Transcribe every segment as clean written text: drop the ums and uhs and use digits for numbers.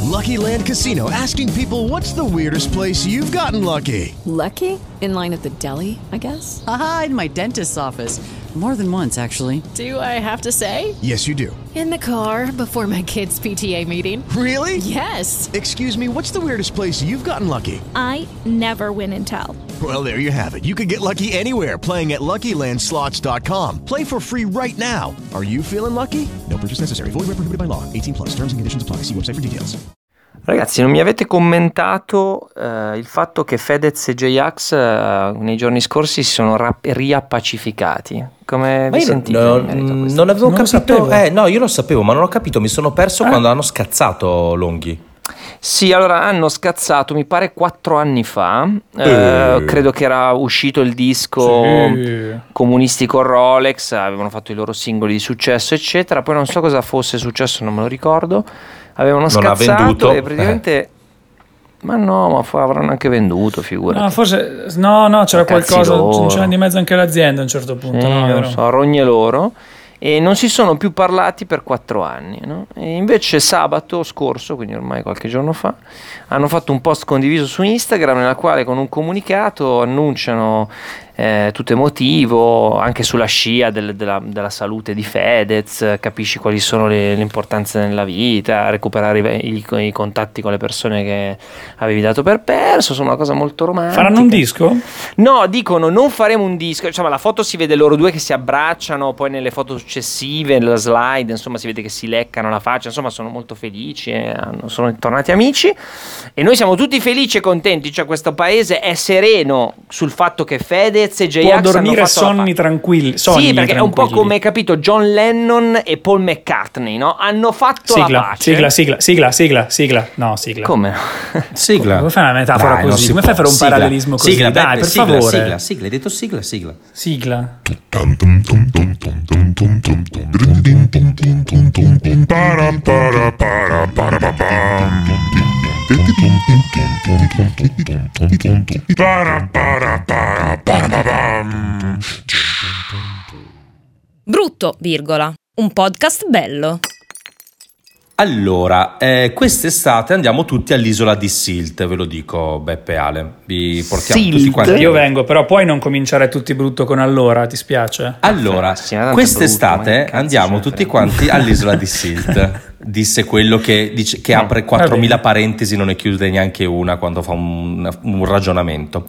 Lucky Land Casino, asking people, what's the weirdest place you've gotten lucky? Lucky? In line at the deli, I guess? Aha, in my dentist's office. More than once, actually. Do I have to say? Yes, you do. In the car before my kids' PTA meeting. Really? Yes. Excuse me, what's the weirdest place you've gotten lucky? I never win and tell. Well, there you have it. You can get lucky anywhere, playing at LuckyLandSlots.com. Play for free right now. Are you feeling lucky? No purchase necessary. Void where prohibited by law. 18+. Terms and conditions apply. See website for details. Ragazzi, non mi avete commentato il fatto che Fedez e J-Ax nei giorni scorsi si sono riappacificati. Come vi sentite? Non avevo capito. No, io lo sapevo, ma non ho capito. Mi sono perso quando hanno scazzato Longhi. Sì, allora hanno scazzato, mi pare 4 anni fa, credo che era uscito il disco Comunisti con Rolex, avevano fatto i loro singoli di successo eccetera, poi non so cosa fosse successo, non me lo ricordo, avevano scazzato e praticamente... Ma avranno anche venduto, figurati. No, forse c'era qualcosa, c'era di mezzo anche l'azienda a un certo punto. Non so, rogne loro. E non si sono più parlati per 4 anni, no? E invece sabato scorso, quindi ormai qualche giorno fa, hanno fatto un post condiviso su Instagram nella quale con un comunicato annunciano tutto emotivo, anche sulla scia della salute di Fedez, capisci quali sono le importanze nella vita, recuperare i contatti con le persone che avevi dato per perso, insomma una cosa molto romantica. Faranno un disco? No, dicono non faremo un disco, insomma la foto si vede loro due che si abbracciano, poi nelle foto successive, nella slide, insomma si vede che si leccano la faccia, insomma sono molto felici, sono tornati amici e noi siamo tutti felici e contenti, cioè questo paese è sereno sul fatto che Fedez e J-Ax può dormire sonni tranquilli. Sì, perché è un po' come, capito, John Lennon e Paul McCartney, no? Hanno fatto la pace. Sigla. No, sigla. Come? Sigla. Come fai una metafora così? Come fai a fare un parallelismo così? Sigla, dai, per favore. Sigla, hai detto sigla. Sigla. Brutto, virgola. Un podcast bello. Allora, quest'estate andiamo tutti all'isola di Sylt, ve lo dico Beppe e Ale, vi portiamo tutti quanti. Io vengo, però puoi non cominciare tutti brutto con allora, ti spiace? Allora, quest'estate andiamo tutti quanti all'isola di Sylt. Disse quello che apre 4.000 parentesi, non ne chiude neanche una quando fa un ragionamento.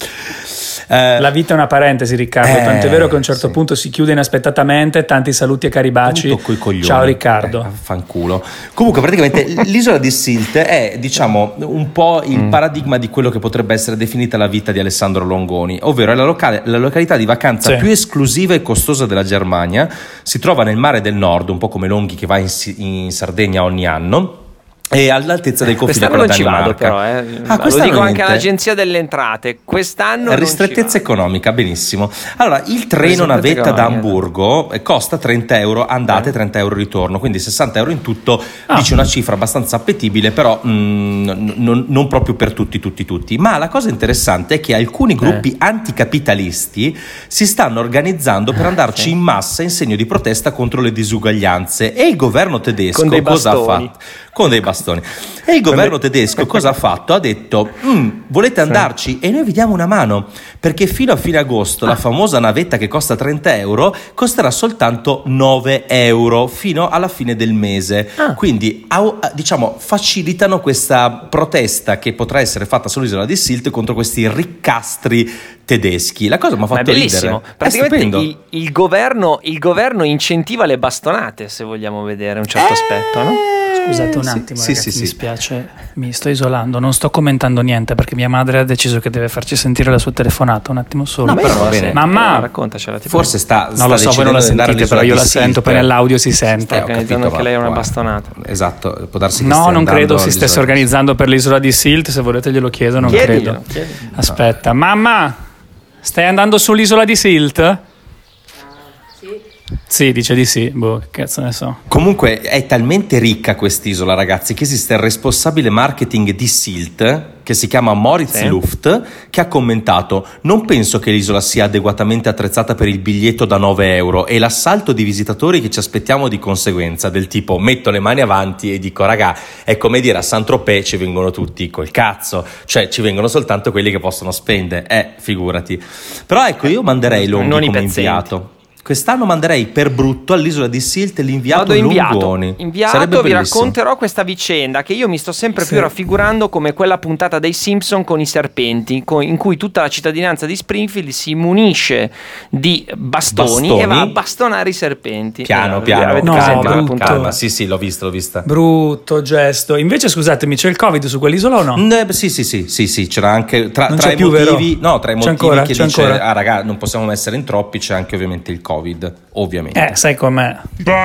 La vita è una parentesi, Riccardo, tanto è vero che a un certo punto si chiude inaspettatamente. Tanti saluti e cari baci. Ciao Riccardo. Fanculo. Comunque praticamente l'isola di Sylt è, diciamo, un po' il paradigma di quello che potrebbe essere definita la vita di Alessandro Longoni, ovvero è la località di vacanza più esclusiva e costosa della Germania. Si trova nel mare del nord, un po' come Longhi che va in Sardegna ogni anno, e all'altezza del confine con la Danimarca. Però, lo dico anche all'Agenzia delle Entrate, quest'anno ristrettezza economica, benissimo. Allora, il treno navetta da Amburgo costa 30 euro andate, 30 euro ritorno, quindi 60 euro in tutto. Dice una cifra abbastanza appetibile, però non proprio per tutti. Ma la cosa interessante è che alcuni gruppi anticapitalisti si stanno organizzando per andarci in massa in segno di protesta contro le disuguaglianze, e il governo tedesco cosa ha fatto? Con dei bastoni. E il governo tedesco cosa ha fatto? Ha detto: volete andarci? E noi vi diamo una mano, perché fino a fine agosto la famosa navetta che costa 30 euro costerà soltanto 9 euro fino alla fine del mese. Quindi diciamo facilitano questa protesta che potrà essere fatta sull'isola di Sylt contro questi riccastri tedeschi. La cosa mi ha fatto ridere. Praticamente il governo incentiva le bastonate, se vogliamo vedere un certo aspetto, no? Scusate un attimo, ragazzi, mi spiace, mi sto isolando, non sto commentando niente perché mia madre ha deciso che deve farci sentire la sua telefonata. Un attimo solo. No, però va bene. Mamma, raccontacela. Forse sta non lo so, voi non la sentite, però io la sento, poi nell'audio si sente. Organizzando anche lei una bastonata. Esatto, può darsi che no, non credo si stesse organizzando per l'isola di Sylt. Se volete glielo chiedo, non credo. Aspetta, mamma, stai andando sull'isola di Sylt? Sì. Sì, dice di sì, boh, che cazzo ne so. Comunque è talmente ricca quest'isola, ragazzi, che esiste il responsabile marketing di Sylt, che si chiama Moritz Luft, che ha commentato: non penso che l'isola sia adeguatamente attrezzata per il biglietto da 9 euro e l'assalto di visitatori che ci aspettiamo di conseguenza, del tipo metto le mani avanti e dico raga, è come dire a Saint-Tropez ci vengono tutti col cazzo, cioè ci vengono soltanto quelli che possono spendere, figurati. Però ecco, io manderei Longhi come inviato. Quest'anno manderei per brutto all'isola di Sylt l'inviato Longoni. Inviato, vi racconterò questa vicenda che io mi sto sempre più raffigurando come quella puntata dei Simpson con i serpenti, in cui tutta la cittadinanza di Springfield si munisce di bastoni e va a bastonare i serpenti. Piano. Calma. Sì, l'ho vista. Brutto gesto. Invece scusatemi, c'è il Covid su quell'isola o no? Sì, c'era anche tra i più, motivi, vero? Tra i motivi che dice raga, non possiamo essere in troppi, c'è anche ovviamente il Covid, ovviamente. Sai com'è.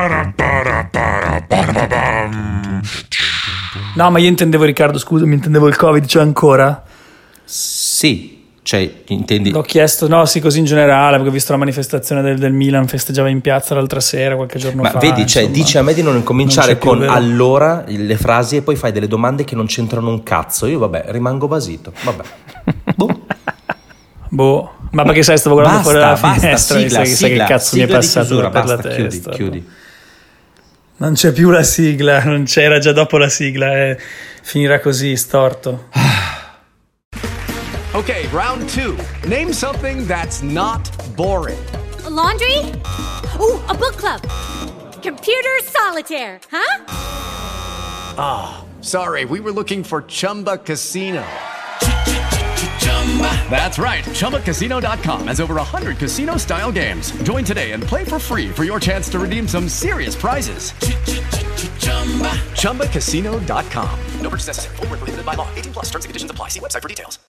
No, ma io intendevo, Riccardo, scusami, intendevo il Covid, c'è ancora? Sì, cioè, intendi? L'ho chiesto, così in generale, perché ho visto la manifestazione del Milan, festeggiava in piazza l'altra sera, qualche giorno fa. Ma vedi, dici a me di non incominciare con allora le frasi e poi fai delle domande che non c'entrano un cazzo. Io rimango basito, Boh. Ma perché stavo guardando fuori dalla finestra, chissà che cazzo mi è passato per la testa. Chiudi. Non c'è più la sigla, non c'era già dopo la sigla, finirà così, storto. Ok, round 2. Name something that's not boring. A laundry? Ooh, a book club. Computer solitaire, huh? Ah, sorry, we were looking for Chumba Casino. That's right. ChumbaCasino.com has over 100 casino-style games. Join today and play for free for your chance to redeem some serious prizes. ChumbaCasino.com. No purchase necessary. Void where prohibited by law. 18+ terms and conditions apply. See website for details.